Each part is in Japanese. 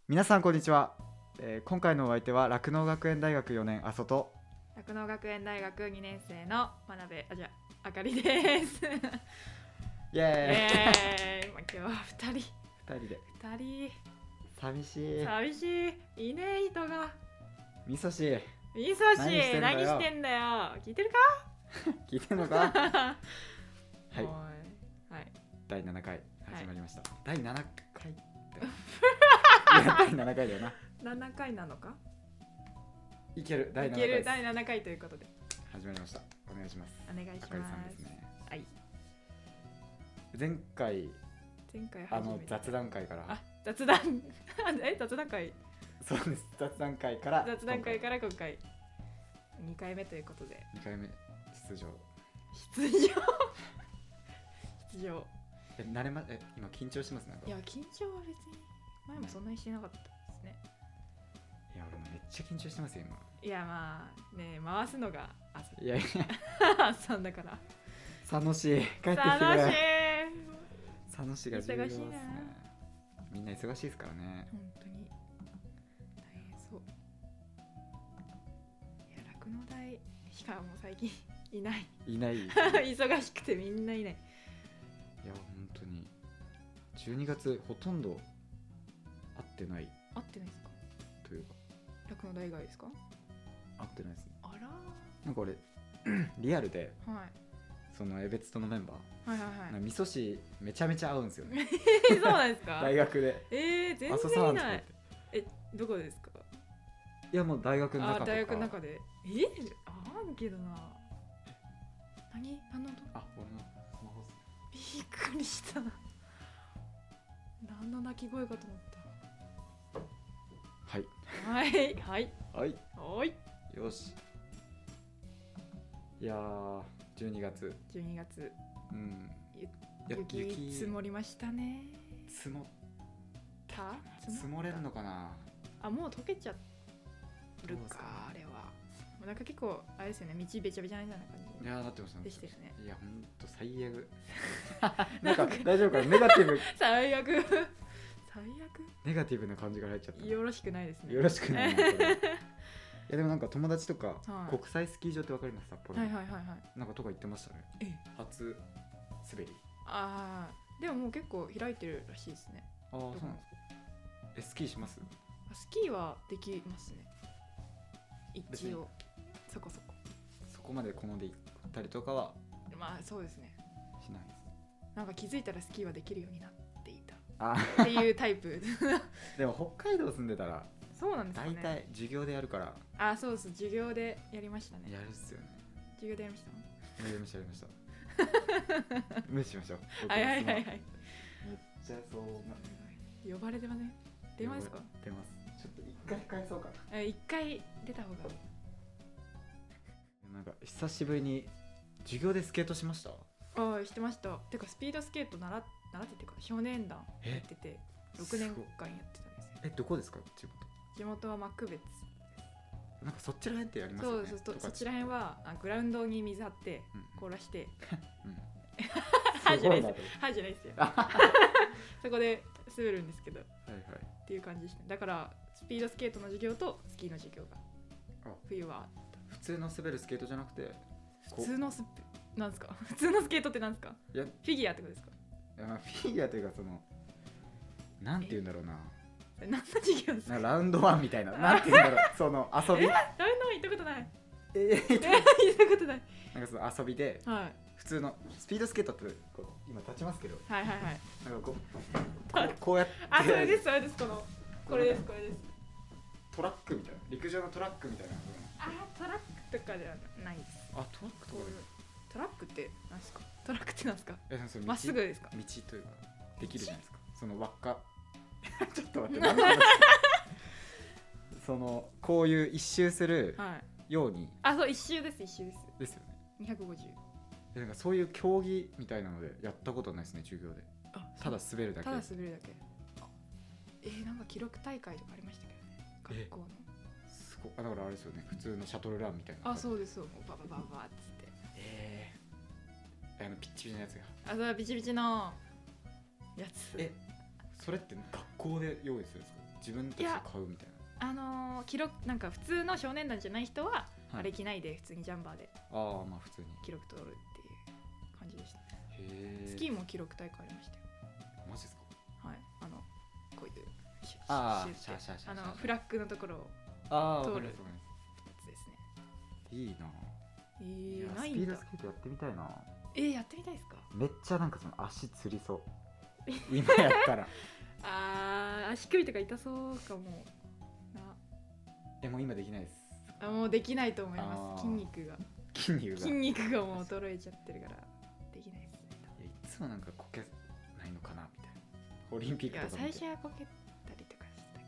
皆さんこんにちは、今回のお相手は酪農学園大学4年阿蘇と酪農学園大学2年生の真鍋あかりですイエーイ今日は2人寂しい寂しいいねえ人がみそしみそし何してんだよ聞いてるか聞いてんのかはいはい第7回始まりました、第7回っていや第7回だよな 7回なのかいける第7回いける第7回ということで始まりました。お願いします。 お願いします。 あかりさんですね。 はい前回初めて雑談会から雑談雑談会そうです。雑談会から今回2回目ということで 2回目出場慣れま今緊張してますね。 いや緊張は別に前もそんなにしてなかったですね。 いや俺もめっちゃ緊張してますよ今。 いやまあね回すのがいや朝だから佐野市帰ってきてくれ。佐野市が重要ですね。みんな忙しいですからね。 本当に大変そう。いや酪農大しかもう最近いない忙しくてみんないない。 いや本当に12月ほとんど会ってないですかというか酪農大以外ですか会ってないですね。 あらなんか俺リアルではいその江別とのメンバーはい味噌汁めちゃめちゃ合うんですよねそうなんですか大学で全然いないどこですかいやもう大学の中とか大学の中で合うけどな何の音俺のスマホっすね。 びっくりした何の鳴き声かと思ったはいよし。いやー12月うん雪積もりましたね。 積もれるのかなもう溶けちゃるかあれはなんか結構あれですよね道べちゃべちゃみたいな感じいやなってましたでしたよね。 いやほんと最悪なんか大丈夫かなネガティブ最悪ネガティブな感じが入っちゃったよろしくないですね。 よろしくないなこれいやでもなんか友達とか、 はい国際スキー場ってわかります札幌はいなんかとか行ってましたね。初滑りでももう結構開いてるらしいですね。 そうなんですか。スキーしますスキーはできますね一応そこまで好んで行ったりとかはまあそうですねしないです。 なんか気づいたらスキーはできるようになっていたっていうタイプでも北海道住んでたらそうなんですかね。 大体授業でやるからそうです授業でやりましたね。 やるっすよね。 授業でやりましたやりました無視しましょう。 はいめっちゃそう呼ばれてません？出ますか？ 出ます。ちょっと一回返そうかな。 一回出た方がなんか久しぶりに授業でスケートしました。 してました。てかスピードスケート習ってっていうか少年団やってて6年間やってたんですよ。 どこですか地元は幕別。 なんかそっちら辺ってやりますよね。 そっちら辺はグラウンドに水張って凍らして歯じゃないですよそこで滑るんですけどっていう感じでした。だからスピードスケートの授業とスキーの授業が冬は普通の滑るスケートじゃなくて普通のなんですか普通のスケートってなんですか。フィギュアってことですか。 フィギュアというかそのなんて言うんだろうな何の授業ですか。 ラウンドワンみたいななんて言うんだろうその遊びラウンドワン行ったことない行ったことないなんかその遊びで普通のスピードスケートってこう今立ちますけどなんかこうやってそれですこれですトラックみたいな陸上のトラックみたいなトラックとかではないです。 トラックとかトラックって何ですか。トラックって何ですか。 まっすぐですか。 道というかできるじゃないですかその輪っかちょっと待ってそのこういう一周するようにそう一周ですですよね。 250 なんかそういう競技みたいなのでやったことないですね授業で。ただ滑るだけなんか記録大会とかありましたけどね学校のだからあれですよね普通のシャトルランみたいな。 そうですババババっつってピッチピチのやつがそうピチピチのやつそれって学校で用意するんですか。 自分たちで買うみたいな。記録なんか普通の少年団じゃない人は、 はい、 あれ着ないで普通にジャンバーでああまあ普通に記録取るっていう感じでした。 へえ。 スキーも記録大会ありましたよ。 マジですか。 はい、こういうフラッグのところを通るやつですね。 いいな。 ないんだ。 スピードスケートやってみたいな。 やってみたいですか。 めっちゃなんかその足つりそう今やったら足首とか痛そうかもな。 もう今できないです。 もうできないと思います。筋肉がもう衰えちゃってるからできないですね。 いつもなんかこけないのかなみたいな。オリンピックとか最初はこけたりとかしたけ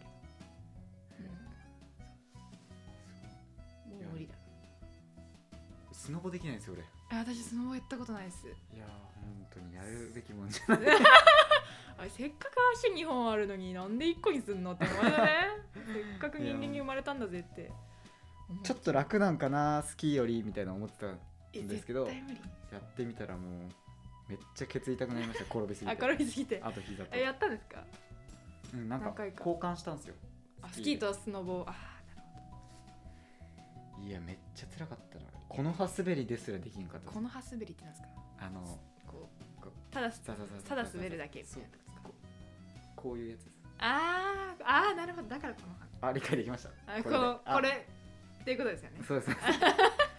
ど、もう無理だ。 スノボできないんですよ俺。 私スノボやったことないです。 いや本当にやるべきもんじゃないせっかく足2本あるのになんで1個にすんのって思うよねせっかく人間に生まれたんだぜってちょっと楽なんかなスキーよりみたいな思ってたんですけど、 絶対無理。 やってみたらもうめっちゃケツ痛くなりました。転びすぎて転びすぎて。 あと膝とやったんですか。 なんか交換したんですよ。 スキーとスノボ。なるほど。いやめっちゃ辛かったな。この葉滑りですらできんかった。 この葉滑りってなんですか。ただ滑るだけみたいな。 こういうやつです。 なるほど。だからこの葉。 理解できました。 これっていうことですよね。 そうです。 なるほどね。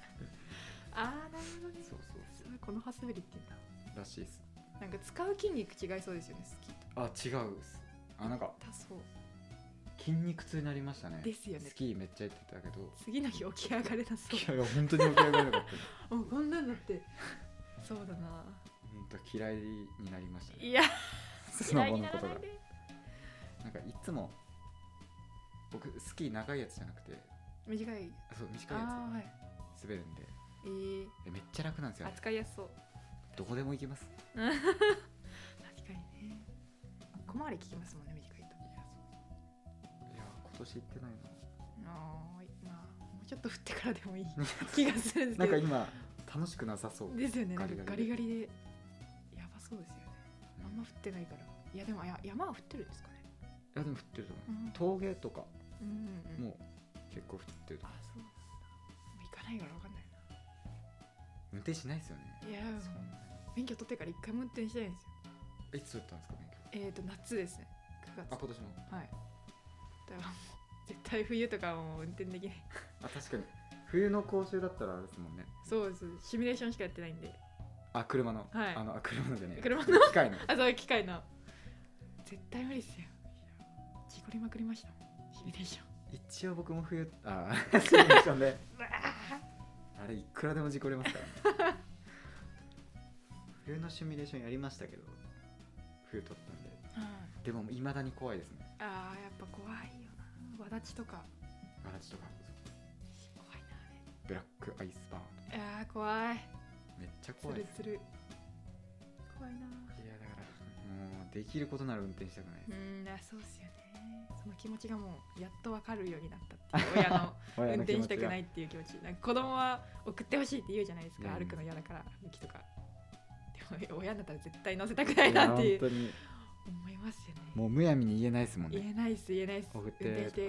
そうこの葉滑りって言うんだ。 らしいです。 なんか使う筋肉違いそうですよね、スキーと。 違うです。なんかそう筋肉痛になりましたね。 ですよね。 スキーめっちゃやってたけど次の日起き上がれなそう。 いや本当に起き上がれなかったもうこんなんだってそうだな。 本当嫌いになりましたね。 いやスノボのことがなんかいつも僕スキー長いやつじゃなくて短いやつ滑るんで、めっちゃ楽なんですよね。 扱いやすそう。 どこでも行けます確かにね。小回り効きますもんね、短いと。いや今年行ってないな。 もうちょっと降ってからでもいい気がするんですけどなんか今楽しくなさそうですよね。なんかガリガリでやばそうですよね。あんま降ってないから。いやでも山は降ってるんですかね。 いやでも降ってると思う。峠とかもう結構降ってると思う。 そう。行かないから分かんないな。 運転しないですよね。 いや免許取ってから一回も運転してないんですよ。 いつ取ったんですか免許。 夏ですね。9月。 今年の。 はい。だからもう絶対冬とかも運転できない確かに冬の講習だったらあれですもんね。 そうです。シミュレーションしかやってないんで。 車の。 はい。 車のじゃねえ。 車の機械の。 そういう機械の。絶対無理ですよ。事故りまくりましたもん。シミュレーション。 一応僕も冬シミュレーションであれいくらでも事故れますからね冬のシミュレーションやりましたけど冬取ったんで、でも未だに怖いですね。 やっぱ怖いよな。わだちとか怖いなあれ。 ブラックアイスバーン。 怖い。 めっちゃ怖い。 つる怖いな。 いやだからもうできることなら運転したくないです。 そうっすよね。その気持ちがもうやっと分かるようになったっていう親の運転したくないっていう気持ち。なんか子供は送ってほしいって言うじゃないですか。歩くの嫌だから雪とか。でも親だったら絶対乗せたくないなっていう。本当に思いますよね。 もうむやみに言えないですもんね。 言えないっす。運転してって言えない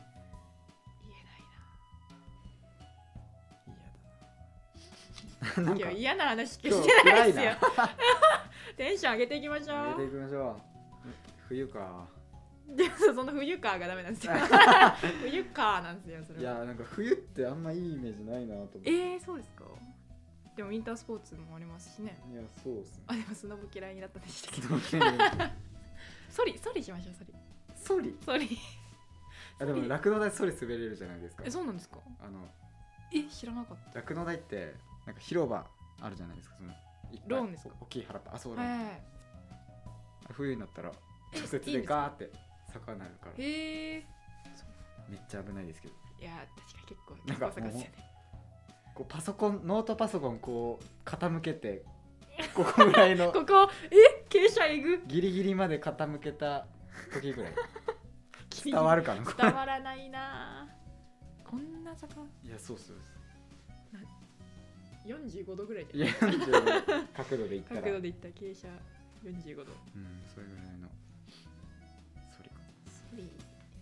な。いや嫌な話してないですよテンション上げていきましょう。 冬か。 でもその冬かがダメなんですよ冬かなんですよそれは。 いやなんか冬ってあんまいいイメージないなと思って。 そうですか。でもウィンタースポーツもありますしね。 いやそうっすね。 でもスノボ嫌いになったんでしたけどソリしましょう。ソリでも酪農台ソリ滑れるじゃないですか。 そうなんですか。知らなかった。 酪農台ってなんか広場あるじゃないですか。そのローンですか。 大きい原っぱ。そうだ。冬になったら除雪でガーって坂になるから。めっちゃ危ないですけど。 いや確かに結構坂ですよね。 こうノートパソコンこう傾けてここぐらいのここ傾斜えぐギリギリまで傾けた時ぐらい伝わるかな。 伝わらないな。こんな坂。いやそうっす。 45度ぐらいで。 45度角度でいったら。 傾斜45度。 それぐらいのソリか。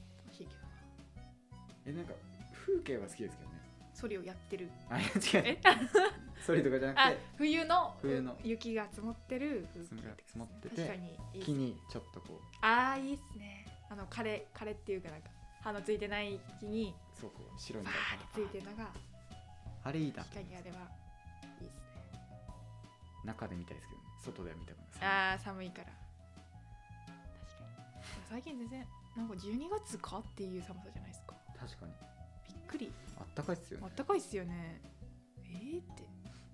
なんか風景は好きですけどね。 ソリをやってる。 あ、違う。ソリとかじゃなくて、 冬の雪が積もってる風景。 積もってて、 確かにいい木にちょっとこう。 ああ、いいっすね。枯れっていうかなんか葉のついてない木にそうこう白にバーってついてるのが、 あれいいな。 確かにあれはいいっすね。 中で見たいですけどね。外では見たくない。 ああ、寒いから。確かに。最近全然なんか12月かっていう寒さじゃないですか。 確かに。 びっくり。 あったかいっすよね。 あったかいっすよね。って。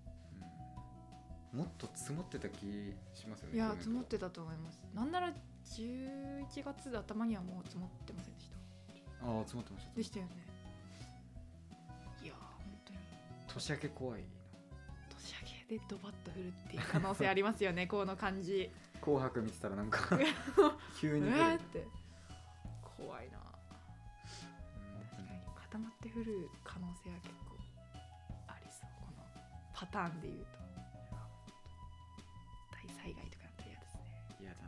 もっと積もってた気しますよね。 いや、積もってたと思います。なんなら11月頭にはもう積もってませんでした。 ああ、積もってました。 でしたよね。いやー、本当に年明け怖い。 年明けでドバッと降るっていう可能性ありますよね。この感じ。 紅白見てたらなんか急に降るって怖いな。確かに固まって降る可能性は結構ありそう。このパターンで言うと大災害とかだったら嫌ですね。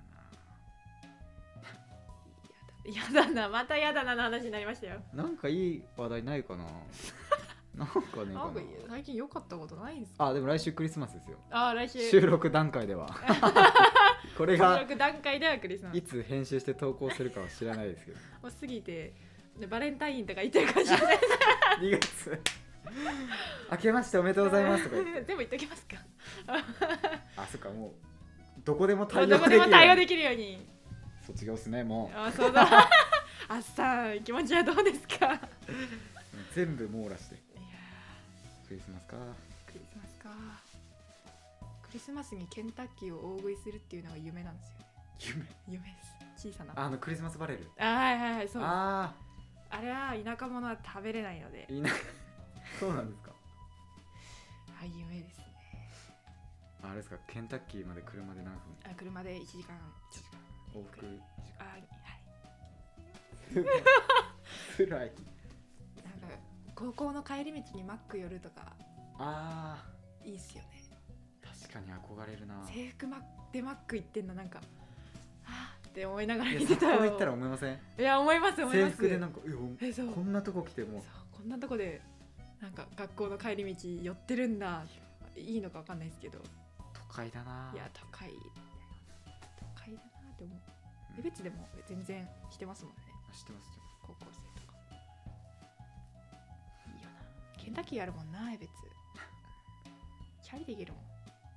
嫌だな。 嫌だな。また嫌だなの話になりましたよ。 なんかいい話題ないかな。なんかねえかな。 最近良かったことないんですか。 あ、でも来週クリスマスですよ。 来週収録段階ではこれが収録段階ではクリスマス。 いつ編集して投稿するかは知らないですけどもう過ぎてバレンタインとか言ってるかもしれない。 2月明けましておめでとうございますとか言って全部言っときますか。 あ、そっか、もうどこでも対応どこでも対応できるように。 卒業っすね、もう。 あ、そうだ。あっさん、気持ちはどうですか。 全部網羅して。 いやクリスマスか。 クリスマスか。クリスマスにケンタッキーを大食いするっていうのが夢なんですよね。夢です。小さな。 クリスマスバレル。 はいはいはい、そうです。 あれは田舎者は食べれないので。 そうなんですか。 はい、夢ですね。 あれですか、ケンタッキーまで車で何分。 車で1時間往復。 はい。 辛い。 なんか高校の帰り道にマック寄るとか。いいっすよね。 確かに憧れるな。 制服でマック行ってんのなんかって思いながら見てたよ。 こう行ったら思いません？ いや、思います。 制服でなんかそうこんなとこ来てもこんなとこでなんか学校の帰り道寄ってるんだ。いいのか分かんないですけど、 都会だな。 いや、都会だなって思う。江別でも全然してますもんね。 知ってます。 高校生とかいいよな。ケンタッキーあるもんな、江別。チャリで行けるもん。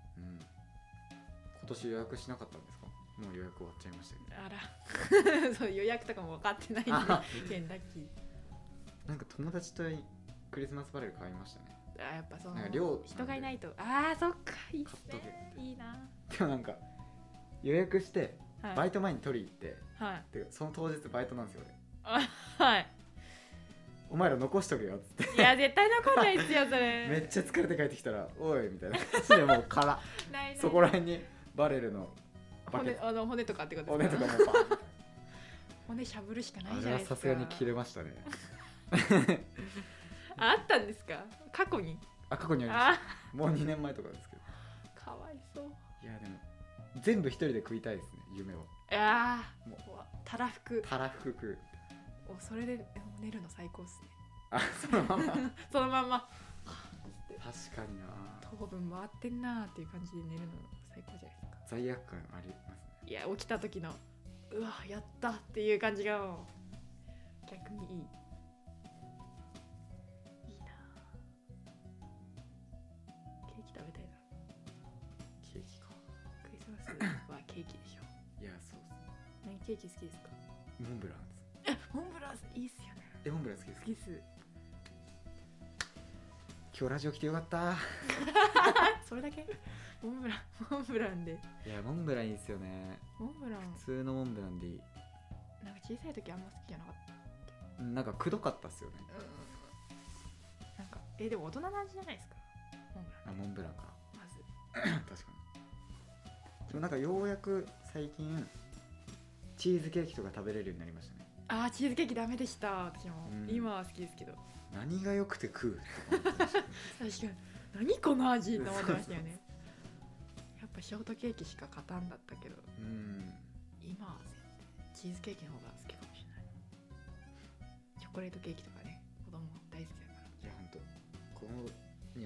今年予約しなかったんですか？もう予約終わっちゃいましたけど。 あらそう、予約とかも分かってないんでケンタッキー。 なんか友達とクリスマスバレル買いましたね。 やっぱその人がいないと。そっか、いいっすね。いいな。 でもなんか予約してバイト前に取り行って、でその当日バイトなんですよ俺。 お前ら残しとけよっつって。 いや、絶対残んないっすよそれ。 めっちゃ疲れて帰ってきたらおいみたいな感じでもう空そこら辺にバレルの骨とかってことですか？ 骨とかもバーン骨しゃぶるしかないじゃないですか。 あれはさすがに切れましたね。 あったんですか？過去にありました。もう2年前とかですけど。 かわいそう。 いやでも全部一人で食いたいですね、夢を。 もうたらふく食う。 それで寝るの最高っすね。 そのままそのまんま確かにな。 糖分回ってんなーっていう感じで寝るの最高じゃないですか。 罪悪感ありますね。 いや、起きた時のうわやったっていう感じがもう逆にいいな。ケーキ食べたいな。 ケーキか。 クリスマスはケーキでしょ。 いや、そうっす。 何ケーキ好きですか？ モンブランです。 モンブランいいっすよね。 モンブラン好きです。 好きっす。 今日ラジオ来てよかったそれだけ？モンブランで。 いや、モンブランいいっすよね。 モンブラン普通のモンブランでいい。 なんか小さい時あんま好きじゃなかった。 なんかくどかったっすよね。 なんかでも大人の味じゃないですか、 モンブランか。 まず確かに。でもなんかようやく最近チーズケーキとか食べれるようになりましたね。 チーズケーキダメでした私も。今は好きですけど。 何が良くて食うとか思ってましたね。 確かに何この味と思ってましたよね。やっぱショートケーキしか勝たんだったけど、今はチーズケーキの方が好きかもしれない。チョコレートケーキとかね。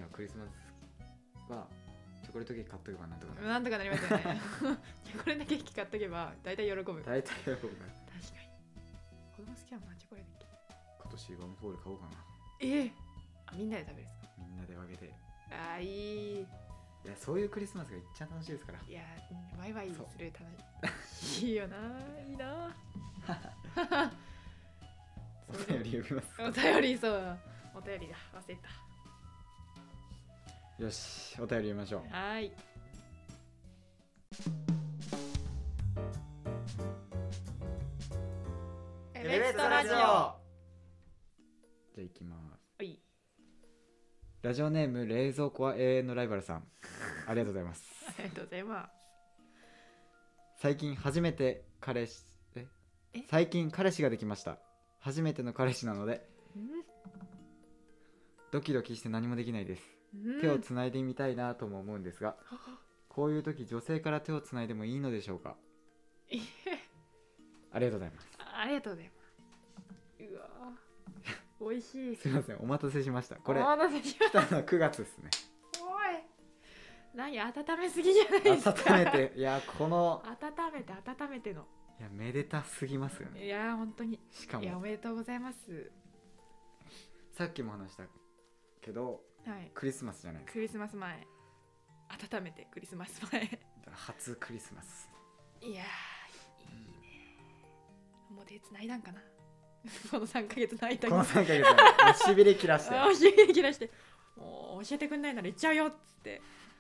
やクリスマスはチョコレートケーキ買っとけばなんとかなる。 なんとかなりますよねチョコレートケーキ買っとけば大体喜ぶ。確かに大体喜ぶから子供好きやもんなチョコレートケー今年ワンホール買おうかな。 キ。あ、みんなで食べるんですか？ みんなで分けて。 あー、いい。 いやそういうクリスマスが一番楽しいですから。 いやワイワイする楽しいいいよな。いいなお便り読みます。 お便り、そうお便りだ、忘れよし、お便り読みましょう。 た。はーい。エベストラジオ。 じゃあ行きます。 はい。 ラジオネーム冷蔵庫は永遠のライバルさん、ありがとうございます。 ありがとうございます。 最近初めて彼氏最近彼氏ができました。初めての彼氏なのでドキドキして何もできないです。手をつないでみたいなとも思うんですが、こういう時女性から手をつないでもいいのでしょうか。ありがとうございます。 ありがとうございます。うわー、美味しい。 すいません、お待たせしました。これお待たせしまし来たのは9月ですね。 た。おい、何温めすぎじゃないですか。 温めて、いやこの温めての。 いやめでたすぎますよね。 いや本当に。 しかいやおもめでとうございます。 さっきも話したけどはい。 クリスマスじゃないですか。 クリスマス前。温めてクリスマス前。 だから初クリスマス。 いやー、いいね。もう手つないだんかな。この3ヶ月の間に。 この3ヶ月しびれ切らして教えてきらして、もう教えてくんないなら行っちゃうよっつって。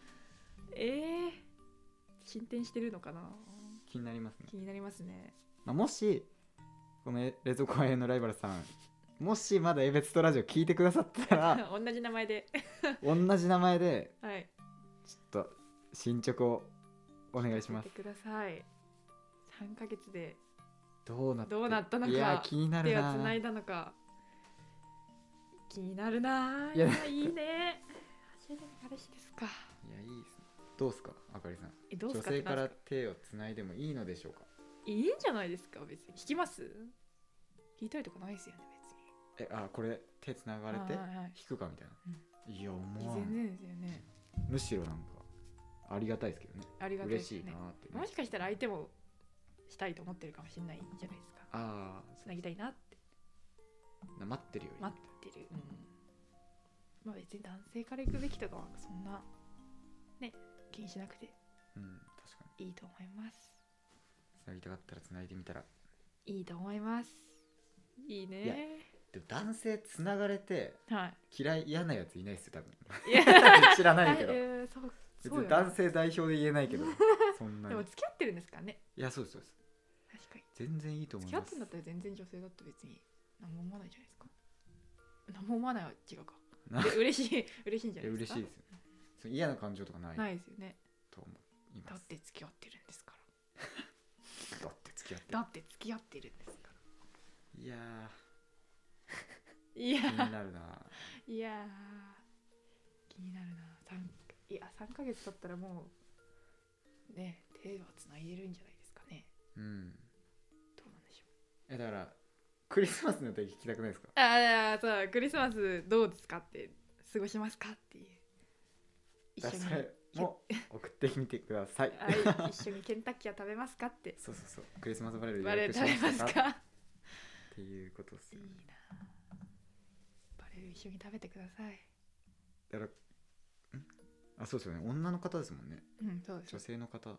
進展してるのかな。 気になりますね。 気になりますね。 まあ、もしこの冷蔵庫へのライバルさん、もしまだエベツトラジオ聞いてくださったら同じ名前で同じ名前ではいちょっと進捗をお願いします。 教えてください。3ヶ月でどうなったのか。 いや気になるな。 手をつないだのか気になるな。 いやいいね。初めての彼氏ですか。 いやいいですね。どうですかあかりさん。 どうすか。 女性から手をつないでもいいのでしょうか。 いいんじゃないですか。別に引きます。引いたりとかないですよね別に。 これ手つながれてはいはい引くかみたいな、いや思わん。 全然ですよね。 むしろなんかありがたいですけどね。 ありがたいですね。 嬉しいなってね、 もしかしたら相手もしたいと思ってるかもしれないじゃないですか。 あつなぎたいなって待ってるより待ってる。まあ別に男性から行くべきとかはそんなね気にしなくて確かにいいと思います。 つなぎたかったらつないでみたらいいと思います。いいね。 いやでも男性つながれてはい嫌なやついないですよ多分。 いや知らないけど、 そう別に男性代表で言えないけどそんなに。 でも付き合ってるんですからね。 いやそうですそうです。 確かに全然いいと思います。 付き合ってんだったら全然女性だって別に何も思わないじゃないですか。何も思わないは違うか。嬉しいんじゃないですか。 嬉しいですよね。その嫌な感情とかないないですよね。 と思います。 だって付き合ってるんですかだって付き合ってら。だって付き合ってるんですから。 いやいや気になるな。 いや気になるな。3ヶ月経ったらもうね手はつないでるんじゃないですかね。どうなんでしょう。 だからクリスマスの時聞きたくないですか。 そうクリスマスどうですかって過ごしますかっていう一緒にそれも送ってみてください。 はい一緒にケンタッキーは食べますかってそうクリスマスバレルバレル食べますかっていうことですよね。 いいな。バレル一緒に食べてください。 だからそうですよね。女の方ですもんね。 そうです。 女性の方。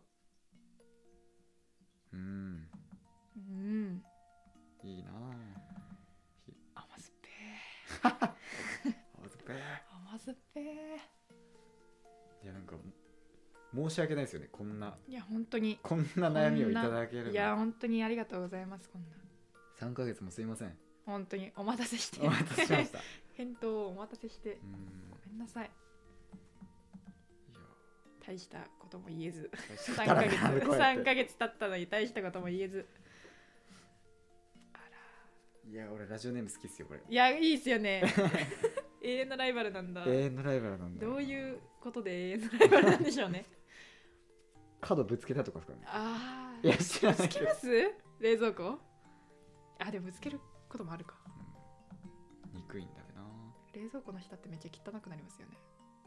いいな甘酸っぱい甘酸っぱい。 いやなんか申し訳ないですよね。こんないや本当にこんな悩みをいただけるの。 いや本当にありがとうございます。こんな 3ヶ月もすいません。 本当にお待たせしてお待たせしました返答をお待たせしてごめんなさい。 いや大したことも言えず 3 3ヶ月経ったのに大したことも言えず。 いや俺ラジオネーム好きっすよこれ。 いやいいっすよね永遠のライバルなんだ。 永遠のライバルなんだ。 どういうことで永遠のライバルなんでしょうね角ぶつけたとかですかね。 いや知らないぶつけます冷蔵庫。でもぶつけることもあるか。 憎いんだよな。 冷蔵庫の下ってめっちゃ汚くなりますよね。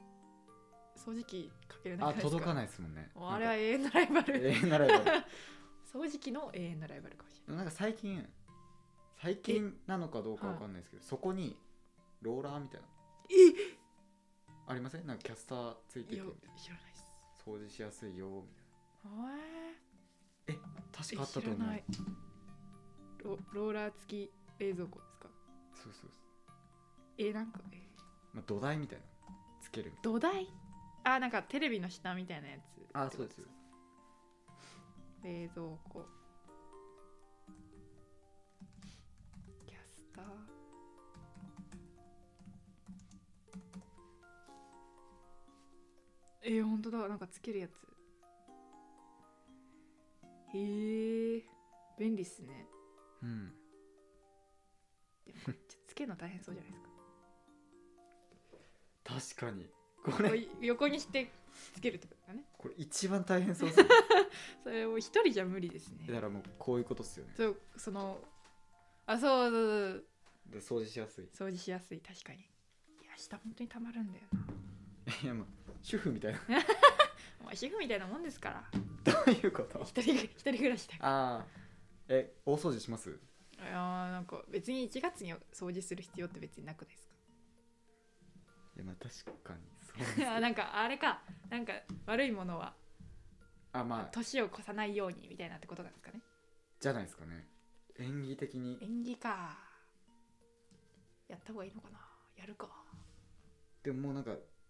掃除機かけれないあ、届かいないですもんね。 あれは永遠のライバル永遠なライバル掃除機の永遠のライバルかもしれない。 なんか最近なのかどうかわかんないですけど、そこにローラーみたいなありません？なんかキャスターついててみたいな、 知らないです。 掃除しやすいよみえたいな。確かあったと思う。 知らない。ローラー付き冷蔵庫ですか？ そうそうそう。 なんかまあ、土台みたいなつけるみたい土台、あ、なんかテレビの下みたいなやつ。 な。あ、そうですよ。 冷蔵庫キャスター、ほんとだ、なんかつけるやつ。へえ、便利っすね。 うん。 でもつけるの大変そうじゃないですか。 確かにこれ横にしてつけるってことだね。 これ一番大変そうですねそれを一人じゃ無理ですね。 だからもうこういうことっすよね。 そうそうで掃除しやすい。 掃除しやすい。確かに。いや、下本当にたまるんだよな。 いや、まあ主婦みたいなお前主婦みたいなもんですから。 どういうこと？ 一人暮らしだから。 ああ、大掃除します？ いや、なんか別に1月に掃除する必要って別になくないですか？ いや、まあ確かにそうですけどなんかあれか、なんか悪いものはまあ年を越さないようにみたいなってことなんですかね。 じゃないですかね。演技的に。 縁起か。やった方がいいのかな。やるか。 でももうなんか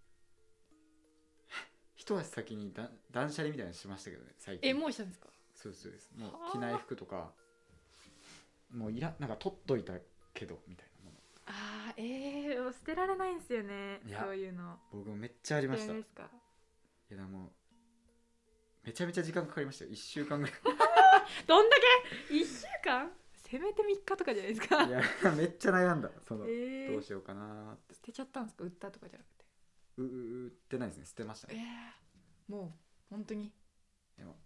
一足先に断捨離みたいなのしましたけどね、最近。 もうしたんですか？ そうですそうです。もう着ない服とかもうなんか取っといたけどみたいなもの。 捨てられないんですよね。 いやそういうの。 僕もめっちゃありました。いですか？ や、もうめちゃめちゃ時間かかりましたよ。1週間ぐらいどんだけ？1週間？せめて3日とかじゃないですか。 いや、めっちゃ悩んだ。どうしようかなーって。 捨てちゃったんですか？売ったとかじゃなくて。 売ってないですね。捨てましたね。 もう本当にでも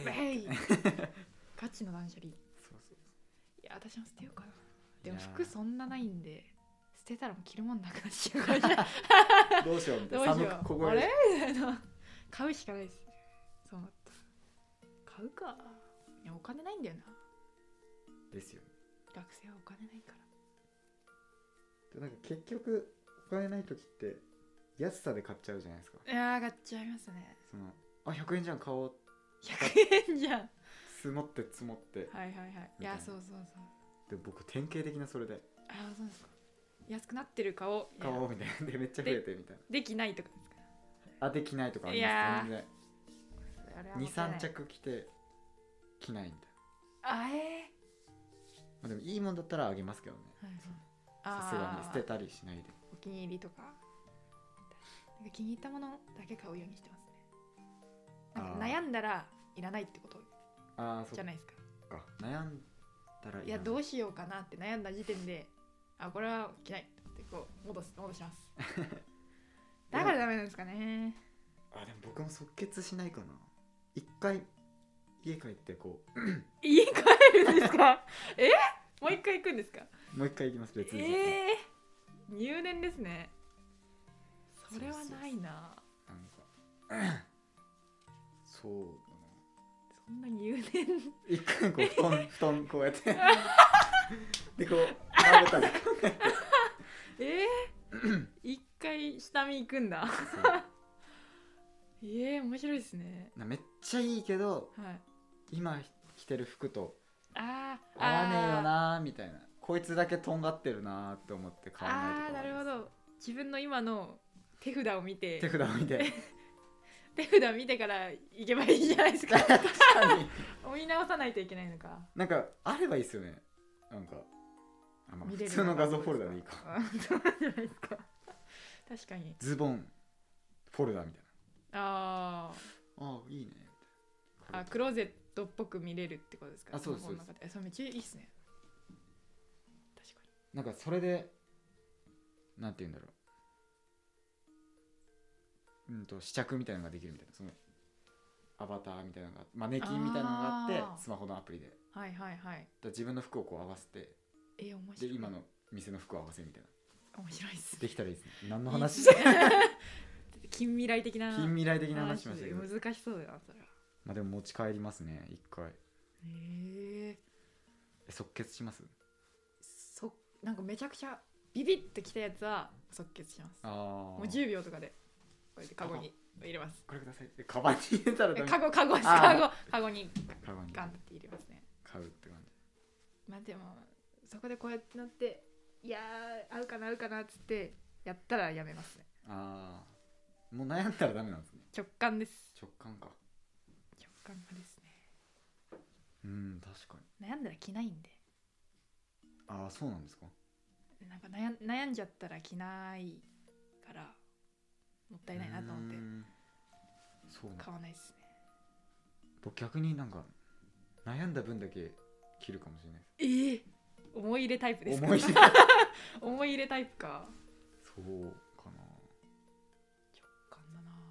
ガチの断捨離。 そうそう。 いや、私も捨てようかな。でも服そんなないんで、捨てたらもう着るもんなくなっちゃうかもしれないどうしようみたいな。寒く凍える。 あれみたいな。買うしかないです。そうなったら買うか。いや、お金ないんだよな。 ですよ。 学生はお金ないから。 でなんか結局お金ない時って安さで買っちゃうじゃないですか。 いやー、買っちゃいますね。 100円じゃん買おう。 100円じゃん。 積もってはいはいはい。いや、そうそうそう。 で僕典型的なそれで。 そうですか。安くなってる買おうみたいな。でめっちゃ増えてみたいな。 できないとかですか？ できないとかあります。全然2、3 着着着て着ないみたいな。 な。でもいいもんだったらあげますけどね。さすがに捨てたりしないで。 お気に入りとか。なんか気に入ったものだけ買うようにしてますね。なんか悩んだらいらないってことじゃないですか。 悩んだらいや、どうしようかなって悩んだ時点で、これは着ないってこう戻しますだからダメなんですかね。 でも僕も即決しないかな。一回家帰って家帰るんですか？もう一回行くんですか？ もう一回行きます。別に入念ですね。それはないな。 そうだな。 そんな入念。 一回布団こうやってでまぶたで一回下見行くんだ面白いですね。 めっちゃいいけど、今着てる服と合わねえよなみたいな。こいつだけとんがってるなって思って買わないとか。 なるほど。自分の今の手札を見て手札見てから行けばいいじゃないですか。 確かに追い直さないといけないのか。 なんかあればいいですよね。なんか普通の画像フォルダでいいか。 そうじゃないですか。確かに。 ズボンフォルダみたいな。 いいね。 クローゼットっぽく見れるってことですか？ そうです。 それめっちゃいいっすね。確かに。 なんかそれでなんて言うんだろう。試着みたいなのができるみたいな。そのアバターみたいなのがマネキンみたいなのがあってスマホのアプリで。自分の服を合わせて。 面白い。 で今の店の服を合わせみたいな。 面白いっす。 できたらいいですね。何の話？ 着近未来的な近未来的な話しましたけど、 難しそうだなそれは。 まあでも持ち帰りますね一回。即決します？ なんかめちゃくちゃビビってきたやつは即決します。もう10秒とかでこうやってカゴに入れます。 これくださいってカバンに入れたらダメ。 カゴにガンって入れますね。 買うって感じ。 まあでもそこでこうやってなって、いやー合うかなっつってやったらやめますね。 もう悩んだらダメなんですね。 直感です。 直感か。 直感がですね。 確かに。 悩んだら着ないんで。 そうなんですか。 なんか悩んじゃったら着ないからもったいないなと思って買わないですね。 僕逆になんか悩んだ分だけ着るかもしれないです。 思い入れタイプですか？思い入れタイプか。 そうかな。 直感だな。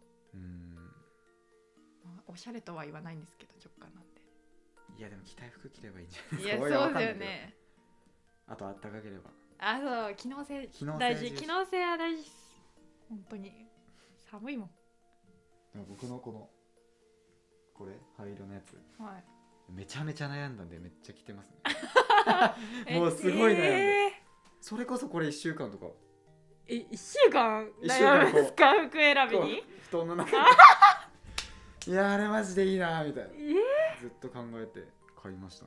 まあ、おしゃれとは言わないんですけど直感なんで。 いやでも着たい服着ればいいんじゃないですか。 いやそうだよね。 あとあったかければ。 そう機能性大事。機能性は大事です。本当に寒いもん。 でも僕のこれ灰色のやつ、 はい、 めちゃめちゃ悩んだんでめっちゃ着てますね。もうすごい悩んで、それこそこれ1週間とか。 1週間悩むんですか？服選びに布団の中でいやあれマジでいいなみたいな、ずっと考えて買いましたね。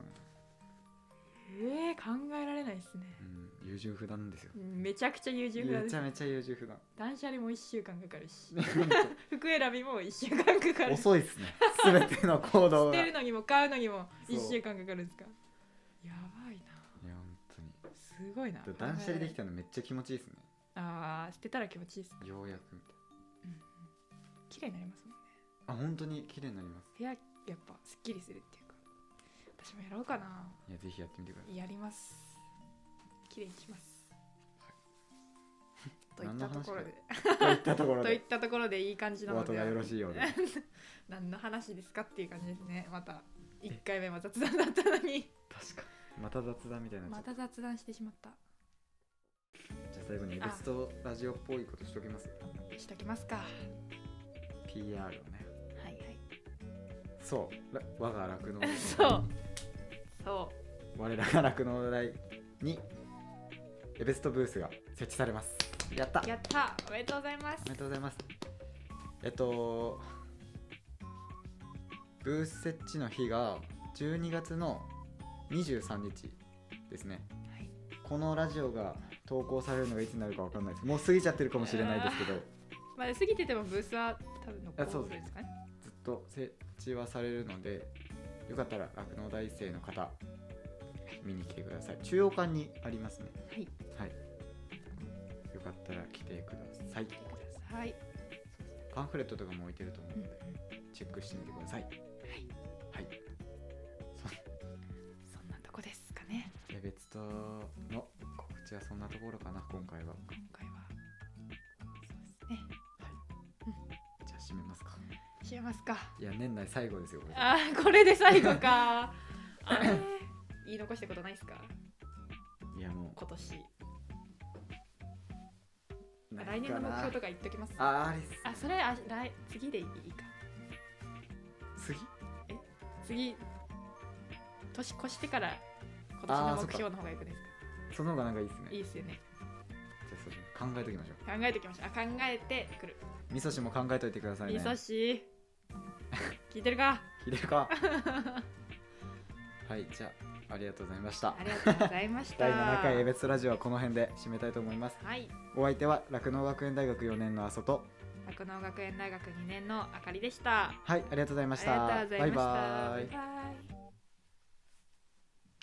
考えられないですね。 優柔不断ですよ。 めちゃくちゃ優柔不断です。 めちゃめちゃ優柔不断。 断捨離も1週間かかるし服選びも1週間かかる。 遅いですね全ての行動が。 捨てるのにも買うのにも1週間かかるんですか？やばいな。 いや本当にすごいな。 断捨離できたのめっちゃ気持ちいいですね。 捨てたら気持ちいいですね。 ようやくみたいな。 綺麗になりますもんね。 本当に綺麗になります。 部屋やっぱすっきりするっていうか、私もやろうかな。 いやぜひやってみてください。 やります。綺麗にします。といったところでいい感じなので、 お後がよろしいようで何の話ですかっていう感じですね。また1回目は雑談だったのに確かにまた雑談みたいな。 また雑談してしまった。 じゃあ最後にエベストラジオっぽいことしときます。 しときますか。 PR をね。 はいはい。 そう我が酪農そう我らが酪農大にエベストブースが設置されます。やったおめでとうございます。 おめでとうございます。ブース設置の日が12月の23日ですね。 はい、 このラジオが投稿されるのがいつになるか分かんないです。もう過ぎちゃってるかもしれないですけど、 まあ過ぎててもブースは多分残るんですかね。 ずっと設置はされるので、よかったら酪農大生の方見に来てください。中央館にありますね。はい、よかったら来てください。パンフレットとかも置いてると思うので、チェックしてみてください。はい、 そんなとこですかね。 エベストの告知はそんなところかな。今回はそうですね。 じゃあ締めますか。いや年内最後ですよこれ。 これで最後か言い残したことないですか？ いやもう今年来年の目標とか言っときます。それ次でいいか。次年越してから今年の目標の方がよくないですか？ その方がなんかいいですね。 いいですよね。 じゃあ考えときましょう。 考えてくる。 みそしも考えといてくださいね。 みそし聞いてるかはい、じゃあありがとうございました。 第 7回エベストラジオはこの辺で締めたいと思います。お相手は酪農学園大学4年の阿蘇と酪農学園大学2年のあかりでした。 はい、ありがとうございました。バイバイ。